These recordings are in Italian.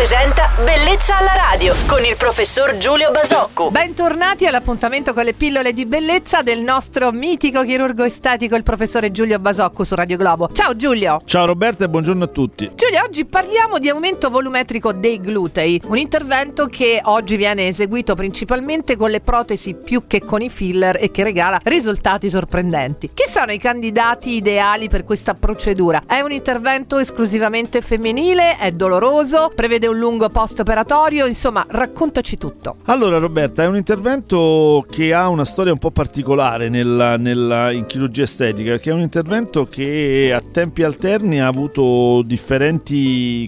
presenta Bellezza alla radio con il professor Giulio Basocco. Bentornati all'appuntamento con le pillole di bellezza del nostro mitico chirurgo estetico, il professore Giulio Basocco su Radio Globo. Ciao Giulio. Ciao Roberta e buongiorno a tutti. Giulio, oggi parliamo di aumento volumetrico dei glutei, un intervento che oggi viene eseguito principalmente con le protesi più che con i filler e che regala risultati sorprendenti. Chi sono i candidati ideali per questa procedura? È un intervento esclusivamente femminile? È doloroso? Prevede un lungo post-operatorio? Insomma, raccontaci tutto. Allora Roberta, è un intervento che ha una storia un po' particolare in chirurgia estetica, che è un intervento che a tempi alterni ha avuto differenti,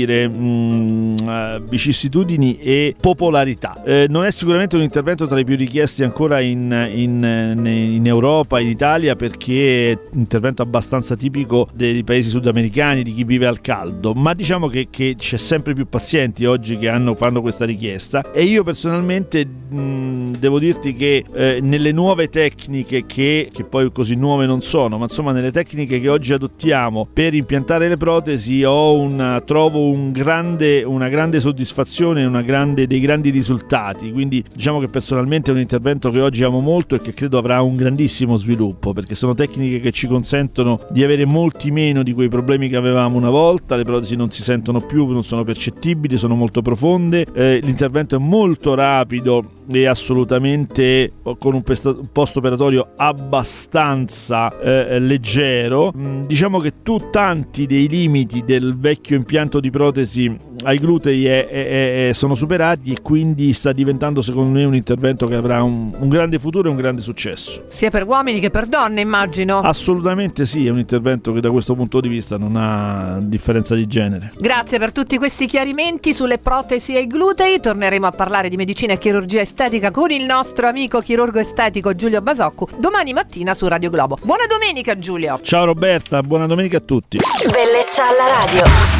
vicissitudini e popolarità. Non è sicuramente un intervento tra i più richiesti ancora in Europa, in Italia, perché è un intervento abbastanza tipico dei paesi sudamericani, di chi vive al caldo, ma diciamo che c'è sempre più pazienti oggi che fanno questa richiesta, e io personalmente devo dirti che nelle nuove tecniche che poi così nuove non sono, ma insomma nelle tecniche che oggi adottiamo per impiantare le protesi trovo una grande soddisfazione, dei grandi risultati. Quindi diciamo che personalmente è un intervento che oggi amo molto e che credo avrà un grandissimo sviluppo, perché sono tecniche che ci consentono di avere molti meno di quei problemi che avevamo una volta. Le protesi non si sentono più, non sono percettibili, sono molto profonde, l'intervento è molto rapido e assolutamente con un post operatorio abbastanza leggero. Diciamo che tanti dei limiti del vecchio impianto di protesi ai glutei sono superati, e quindi sta diventando secondo me un intervento che avrà un grande futuro e un grande successo, sia per uomini che per donne, immagino. Assolutamente sì, è un intervento che da questo punto di vista non ha differenza di genere. Grazie per tutti questi chiarimenti sulle protesi ai glutei. Torneremo a parlare di medicina e chirurgia estetica con il nostro amico chirurgo estetico Giulio Basocco domani mattina su Radio Globo. Buona domenica Giulio. Ciao Roberta, buona domenica a tutti. Bellezza alla radio.